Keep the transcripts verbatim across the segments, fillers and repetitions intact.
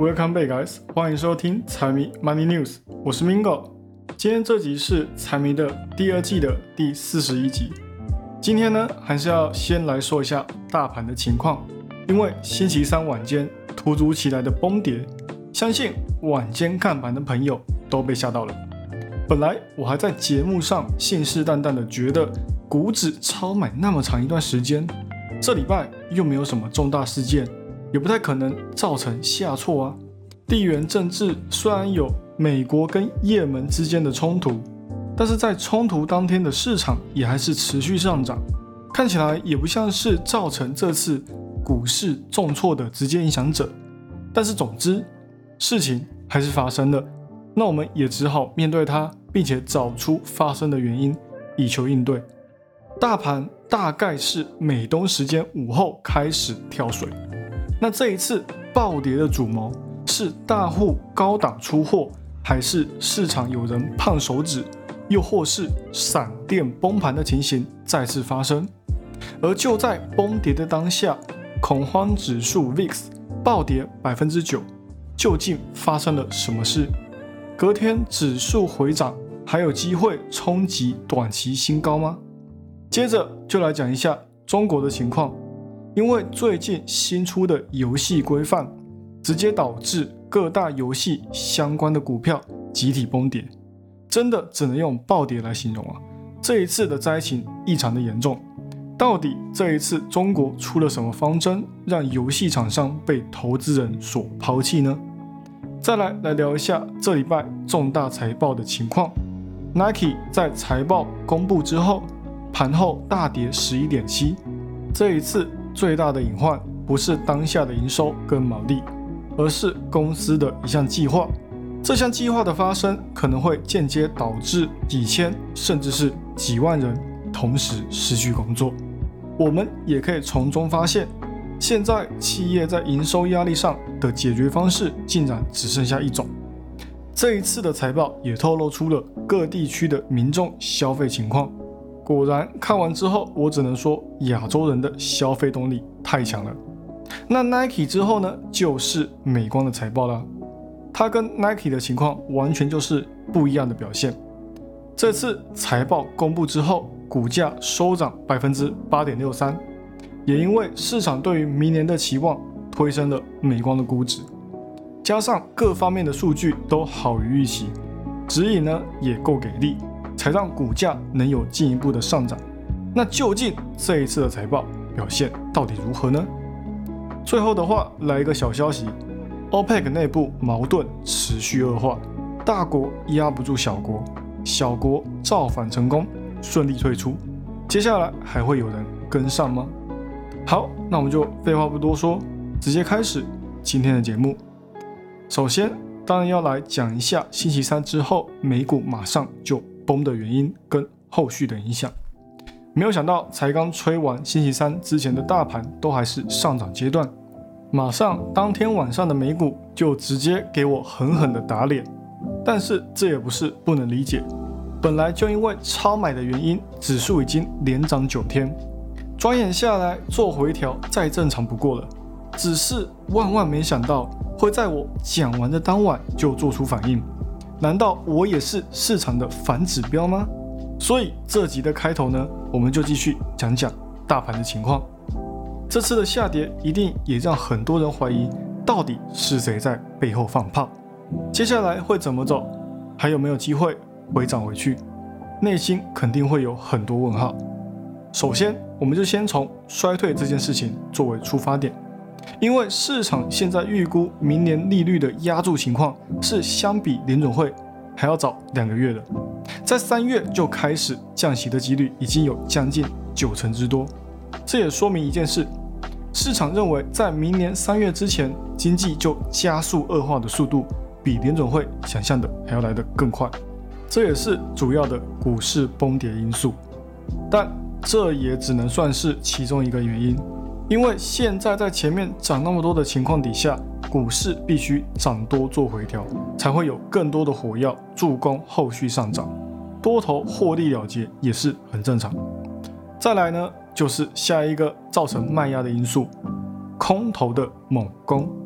Welcome back, guys！ 欢迎收听财迷 Money News， 我是 Mingo。今天这集是财迷的第二季的第四十一集。今天呢，还是要先来说一下大盘的情况，因为星期三晚间突如其来的崩跌，相信晚间看盘的朋友都被吓到了。本来我还在节目上信誓旦旦的觉得股指超买那么长一段时间，这礼拜又没有什么重大事件，也不太可能造成下挫啊。地缘政治虽然有美国跟也门之间的冲突，但是在冲突当天的市场也还是持续上涨，看起来也不像是造成这次股市重挫的直接影响者。但是总之，事情还是发生了，那我们也只好面对它，并且找出发生的原因，以求应对。大盘大概是美东时间午后开始跳水，那这一次暴跌的主谋是大户高档出货，还是市场有人胖手指，又或是闪电崩盘的情形再次发生？而就在崩跌的当下，恐慌指数 V I X 暴跌 百分之九， 究竟发生了什么事？隔天指数回涨，还有机会冲击短期新高吗？接着就来讲一下中国的情况，因为最近新出的游戏规范，直接导致各大游戏相关的股票集体崩跌，真的只能用暴跌来形容啊！这一次的灾情异常的严重，到底这一次中国出了什么方针，让游戏厂商被投资人所抛弃呢？再来来聊一下这礼拜重大财报的情况。 Nike 在财报公布之后，盘后大跌 百分之十一点七， 这一次最大的隐患不是当下的营收跟毛利，而是公司的一项计划。这项计划的发生可能会间接导致几千甚至是几万人同时失去工作。我们也可以从中发现，现在企业在营收压力上的解决方式竟然只剩下一种。这一次的财报也透露出了各地区的民众消费情况。果然看完之后，我只能说亚洲人的消费动力太强了。那 Nike 之后呢，就是美光的财报啦。它跟 Nike 的情况完全就是不一样的表现。这次财报公布之后，股价收涨 百分之八点六三， 也因为市场对于明年的期望推升了美光的估值，加上各方面的数据都好于预期，指引呢也够给力，才让股价能有进一步的上涨。那究竟这一次的财报表现到底如何呢？最后的话，来一个小消息， O P E C 内部矛盾持续恶化，大国压不住小国，小国造反成功，顺利退出，接下来还会有人跟上吗？好，那我们就废话不多说，直接开始今天的节目。首先当然要来讲一下星期三之后美股马上就崩的原因跟后续的影响。没有想到才刚吹完星期三之前的大盘都还是上涨阶段，马上当天晚上的美股就直接给我狠狠的打脸。但是这也不是不能理解，本来就因为超买的原因，指数已经连涨九天，转眼下来做回调再正常不过了，只是万万没想到会在我讲完的当晚就做出反应。难道我也是市场的反指标吗？所以这集的开头呢，我们就继续讲讲大盘的情况。这次的下跌一定也让很多人怀疑，到底是谁在背后放炮？接下来会怎么走？还有没有机会回涨回去？内心肯定会有很多问号。首先，我们就先从衰退这件事情作为出发点。因为市场现在预估明年利率的压住情况是相比联准会还要早两个月的，在三月就开始降息的几率已经有将近九成之多。这也说明一件事，市场认为在明年三月之前，经济就加速恶化的速度比联准会想象的还要来得更快，这也是主要的股市崩跌因素。但这也只能算是其中一个原因。因为现在在前面涨那么多的情况底下，股市必须涨多做回调，才会有更多的火药助攻后续上涨，多头获利了结也是很正常。再来呢，就是下一个造成卖压的因素，空头的猛攻。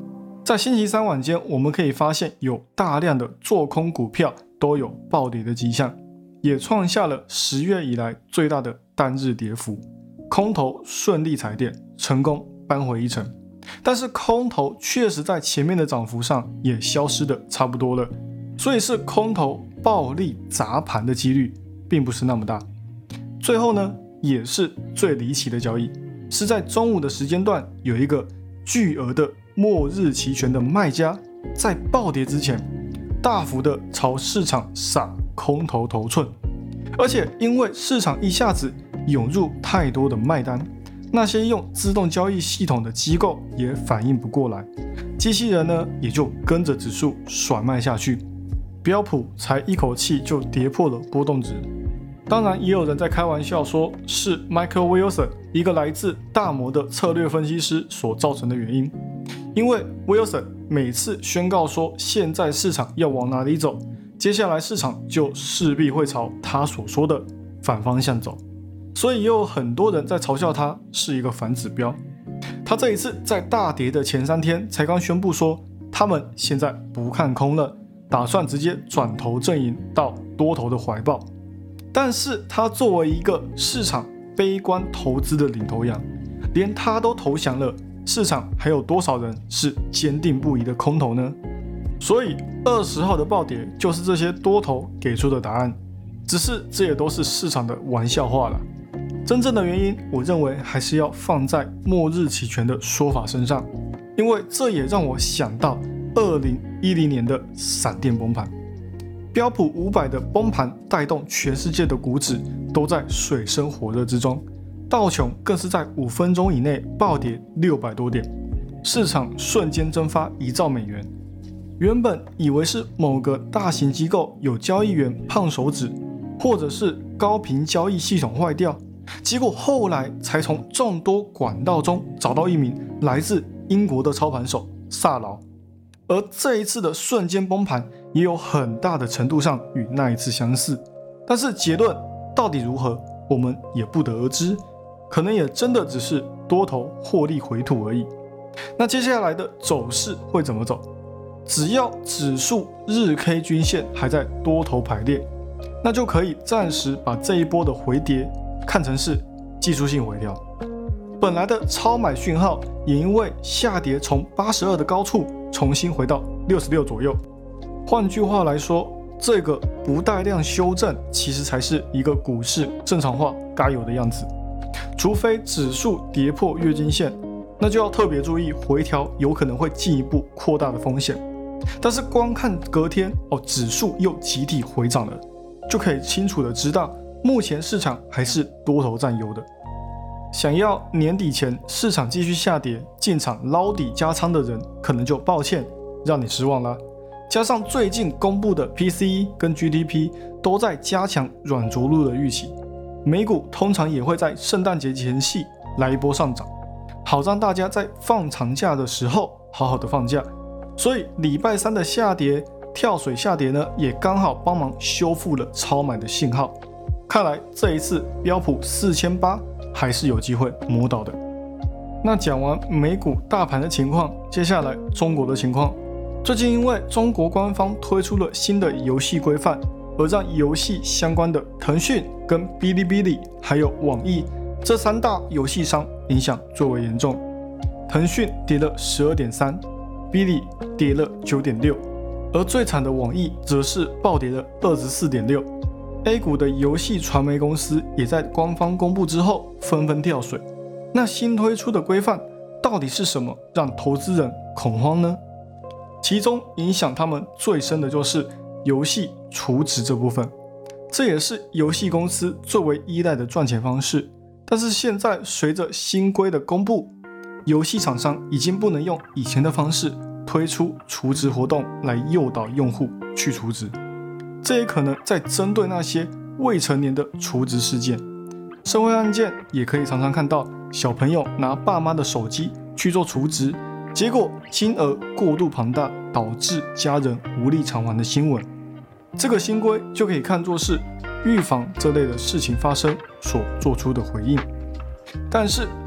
在星期三晚间，我们可以发现有大量的做空股票都有暴跌的迹象，也创下了十月以来最大的单日跌幅。空头顺利踩点，成功扳回一城。但是空头确实在前面的涨幅上也消失的差不多了，所以是空头暴力砸盘的几率并不是那么大。最后呢，也是最离奇的交易，是在中午的时间段，有一个巨额的末日期权的卖家在暴跌之前大幅的朝市场撒空头头寸，而且因为市场一下子涌入太多的卖单，那些用自动交易系统的机构也反应不过来，机器人呢也就跟着指数甩卖下去，标普才一口气就跌破了波动值。当然也有人在开玩笑说是 Michael Wilson 一个来自大摩的策略分析师所造成的原因，因为 Wilson 每次宣告说现在市场要往哪里走，接下来市场就势必会朝他所说的反方向走，所以也有很多人在嘲笑他是一个反指标。他这一次在大跌的前三天才刚宣布说他们现在不看空了，打算直接转头阵营到多头的怀抱。但是他作为一个市场悲观投资的领头羊，连他都投降了，市场还有多少人是坚定不移的空头呢？所以二十号的暴跌就是这些多头给出的答案，只是这也都是市场的玩笑话了。真正的原因，我认为还是要放在末日期权的说法身上，因为这也让我想到二零一零年的闪电崩盘。标普五百的崩盘带动全世界的股指都在水深火热之中，道琼更是在五分钟以内暴跌六百多点，市场瞬间蒸发一兆美元。原本以为是某个大型机构有交易员胖手指，或者是高频交易系统坏掉，结果后来才从众多管道中找到一名来自英国的操盘手萨劳。而这一次的瞬间崩盘也有很大的程度上与那一次相似，但是结论到底如何，我们也不得而知，可能也真的只是多头获利回吐而已。那接下来的走势会怎么走？只要指数日 K 均线还在多头排列，那就可以暂时把这一波的回跌看成是技术性回调。本来的超买讯号也因为下跌从八十二的高处重新回到六十六左右。换句话来说，这个不带量修正其实才是一个股市正常化该有的样子。除非指数跌破月均线，那就要特别注意回调有可能会进一步扩大的风险。但是光看隔天哦，指数又集体回涨了，就可以清楚的知道目前市场还是多头占优的。想要年底前市场继续下跌进场捞底加仓的人，可能就抱歉让你失望啦。加上最近公布的 P C E 跟 G D P 都在加强软着陆的预期，美股通常也会在圣诞节前夕来一波上涨，好让大家在放长假的时候好好的放假。所以礼拜三的下跌跳水下跌呢，也刚好帮忙修复了超买的信号。看来这一次标普四千八百还是有机会摸到的。那讲完美股大盘的情况，接下来中国的情况。最近因为中国官方推出了新的游戏规范，而让游戏相关的腾讯跟哔哩哔哩还有网易这三大游戏商影响最为严重。腾讯跌了 十二点三， 哔哩跌了 九点六， 而最惨的网易则是暴跌了 二十四点六。A 股的游戏传媒公司也在官方公布之后纷纷跳水。那新推出的规范到底是什么，让投资人恐慌呢？其中影响他们最深的就是游戏储值这部分，这也是游戏公司最为依赖的赚钱方式。但是现在随着新规的公布，游戏厂商已经不能用以前的方式推出储值活动来诱导用户去储值，这也可能在针对那些未成年的储值事件。社会案件也可以常常看到小朋友拿爸妈的手机去做储值，结果金额过度庞大，导致家人无力偿还的新闻。这个新规就可以看作是预防这类的事情发生所做出的回应。但是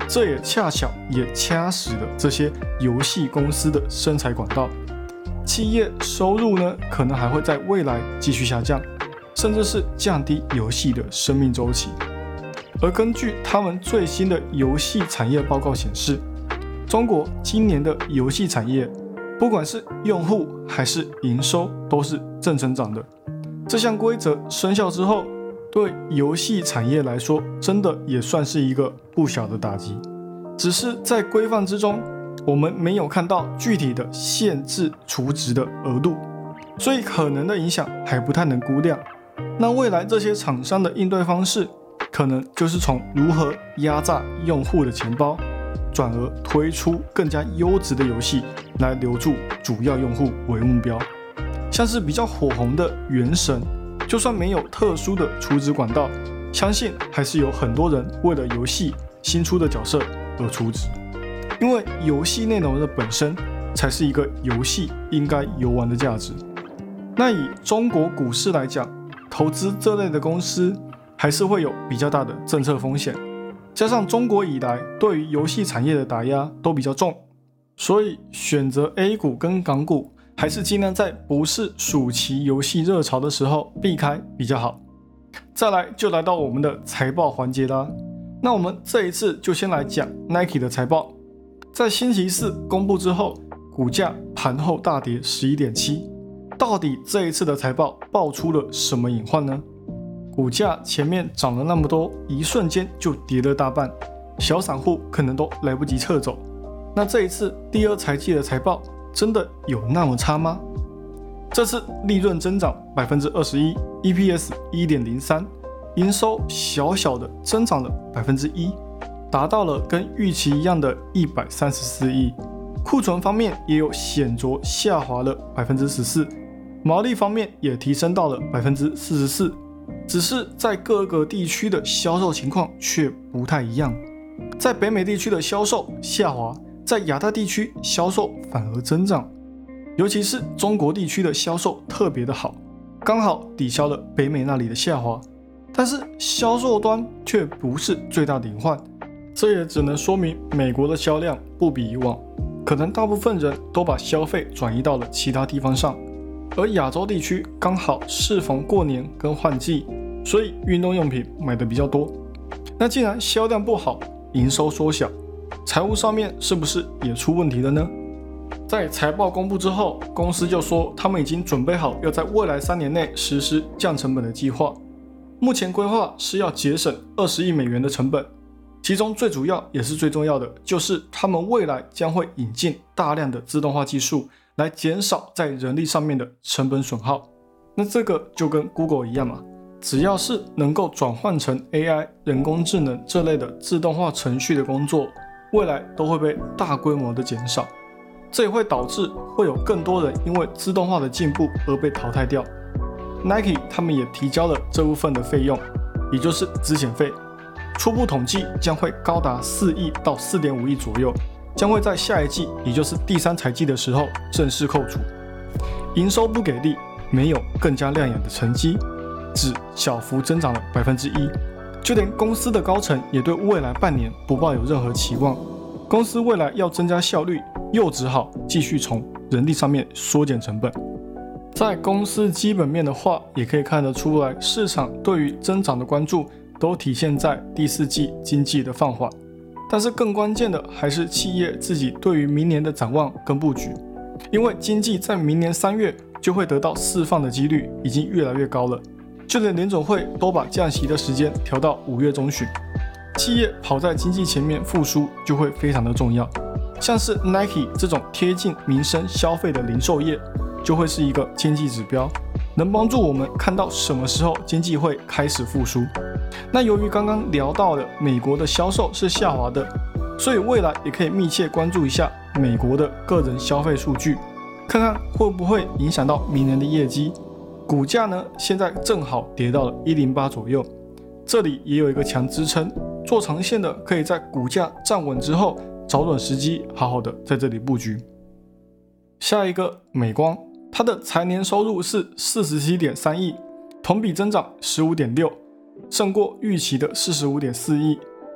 这也恰巧也掐死了这些游戏公司的生财管道。企业收入呢，可能还会在未来继续下降，甚至是降低游戏的生命周期。而根据他们最新的游戏产业报告显示，中国今年的游戏产业，不管是用户还是营收，都是正成长的。这项规则生效之后，对游戏产业来说，真的也算是一个不小的打击。只是在规范之中，我们没有看到具体的限制储值的额度，所以可能的影响还不太能估量。那未来这些厂商的应对方式，可能就是从如何压榨用户的钱包，转而推出更加优质的游戏来留住主要用户为目标。像是比较火红的《原神》，就算没有特殊的储值管道，相信还是有很多人为了游戏新出的角色而储值，因为游戏内容的本身才是一个游戏应该游玩的价值。那以中国股市来讲，投资这类的公司还是会有比较大的政策风险，加上中国以来对于游戏产业的打压都比较重，所以选择 A 股跟港股还是尽量在不是暑期游戏热潮的时候避开比较好。再来就来到我们的财报环节啦。那我们这一次就先来讲 Nike 的财报。在星期四公布之后，股价盘后大跌 百分之十一点七。到底这一次的财报爆出了什么隐患呢？股价前面涨了那么多，一瞬间就跌了大半，小散户可能都来不及撤走。那这一次第二财季的财报真的有那么差吗？这次利润增长 百分之二十一， E P S 一点零三， 营收小小的增长了 百分之一， 达到了跟预期一样的一百三十四亿。库存方面也有显著下滑了 百分之十四， 毛利方面也提升到了 百分之四十四， 只是在各个地区的销售情况却不太一样。在北美地区的销售下滑，在亚太地区销售反而增长，尤其是中国地区的销售特别的好，刚好抵消了北美那里的下滑。但是销售端却不是最大的隐患，这也只能说明美国的销量不比以往，可能大部分人都把消费转移到了其他地方上，而亚洲地区刚好适逢过年跟换季，所以运动用品买的比较多。那既然销量不好，营收缩小，财务上面是不是也出问题了呢？在财报公布之后，公司就说他们已经准备好要在未来三年内实施降成本的计划。目前规划是要节省二十亿美元的成本，其中最主要也是最重要的，就是他们未来将会引进大量的自动化技术，来减少在人力上面的成本损耗。那这个就跟 Google 一样嘛，只要是能够转换成 A I 人工智能这类的自动化程序的工作，未来都会被大规模的减少。这也会导致会有更多人因为自动化的进步而被淘汰掉。 Nike 他们也提交了这部分的费用，也就是资遣费，初步统计将会高达四亿到 四点五亿左右，将会在下一季也就是第三财季的时候正式扣除。营收不给力，没有更加亮眼的成绩，只小幅增长了 百分之一， 就连公司的高层也对未来半年不抱有任何期望，公司未来要增加效率，又只好继续从人力上面缩减成本。在公司基本面的话，也可以看得出来，市场对于增长的关注都体现在第四季经济的放缓，但是更关键的还是企业自己对于明年的展望跟布局，因为经济在明年三月就会得到释放的几率已经越来越高了，就连联总会都把降息的时间调到五月中旬，企业跑在经济前面复苏就会非常的重要。像是 Nike 这种贴近民生消费的零售业，就会是一个经济指标，能帮助我们看到什么时候经济会开始复苏。那由于刚刚聊到的美国的销售是下滑的，所以未来也可以密切关注一下美国的个人消费数据，看看会不会影响到明年的业绩。股价呢，现在正好跌到了一零八左右，这里也有一个强支撑，做长线的可以在股价站稳之后找准时机，好好的在这里布局。下一个美光，它的财年收入是 四十七点三亿，同比增长 十五点六，胜过预期的 四十五点四亿。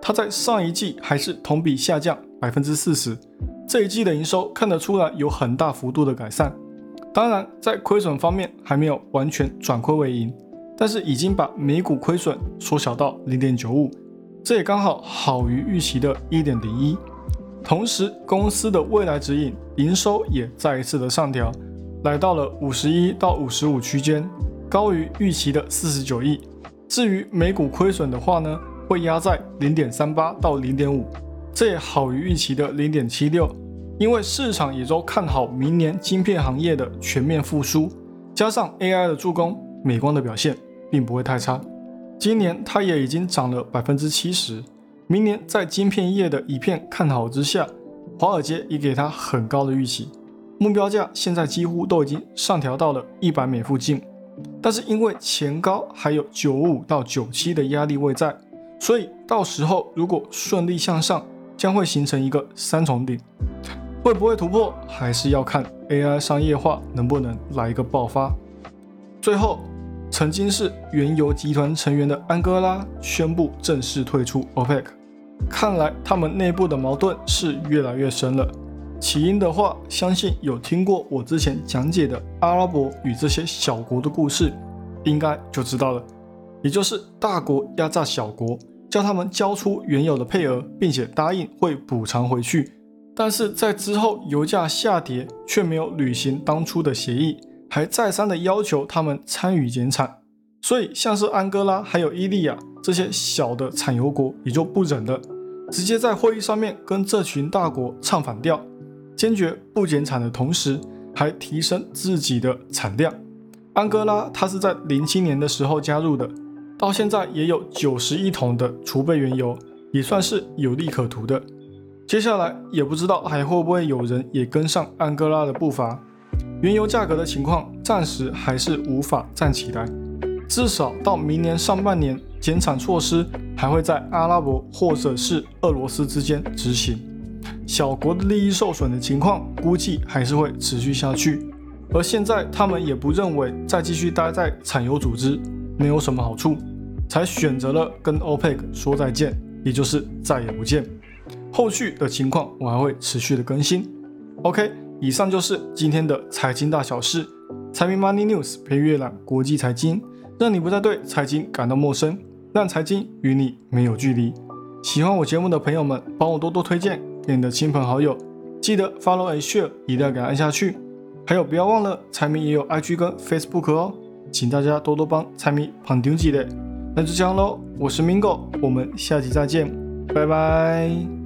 它在上一季还是同比下降 百分之四十， 这一季的营收看得出来有很大幅度的改善。当然在亏损方面还没有完全转亏为盈，但是已经把每股亏损缩小到 零点九五， 这也刚好好于预期的 一点零一。 同时公司的未来指引营收也再一次的上调，来到了五十一到五十五区间，高于预期的四十九亿。至于每股亏损的话呢，会压在 零点三八到 零点五， 这也好于预期的 零点七六。 因为市场也都看好明年晶片行业的全面复苏，加上 A I 的助攻，美光的表现并不会太差。今年它也已经涨了 百分之七十， 明年在晶片业的一片看好之下，华尔街也给它很高的预期，目标价现在几乎都已经上调到了一百美附近。但是因为前高还有九十五到九十七的压力位在，所以到时候如果顺利向上，将会形成一个三重顶。会不会突破，还是要看 A I 商业化能不能来一个爆发。最后，曾经是原油集团成员的安哥拉宣布正式退出 O P E C， 看来他们内部的矛盾是越来越深了。起因的话，相信有听过我之前讲解的阿拉伯与这些小国的故事，应该就知道了。也就是大国压榨小国，叫他们交出原有的配额，并且答应会补偿回去。但是在之后油价下跌，却没有履行当初的协议，还再三的要求他们参与减产。所以像是安哥拉还有伊利亚这些小的产油国也就不忍了，直接在会议上面跟这群大国唱反调，坚决不减产的同时，还提升自己的产量。安哥拉它是在零七年的时候加入的，到现在也有九十亿桶的储备原油，也算是有利可图的。接下来也不知道还会不会有人也跟上安哥拉的步伐。原油价格的情况暂时还是无法站起来，至少到明年上半年，减产措施还会在阿拉伯或者是俄罗斯之间执行。小国的利益受损的情况估计还是会持续下去，而现在他们也不认为再继续待在产油组织没有什么好处，才选择了跟 O P E C 说再见，也就是再也不见。后续的情况我还会持续的更新。 OK， 以上就是今天的财经大小事，财迷 Money News 陪阅览国际财经，让你不再对财经感到陌生，让财经与你没有距离。喜欢我节目的朋友们，帮我多多推荐给你的亲朋好友，记得 follow and share 一定要给它按下去。还有不要忘了财迷也有 I G 跟 Facebook 哦，请大家多多帮财迷捧场起来。那就这样咯，我是 Mingo， 我们下期再见，拜拜。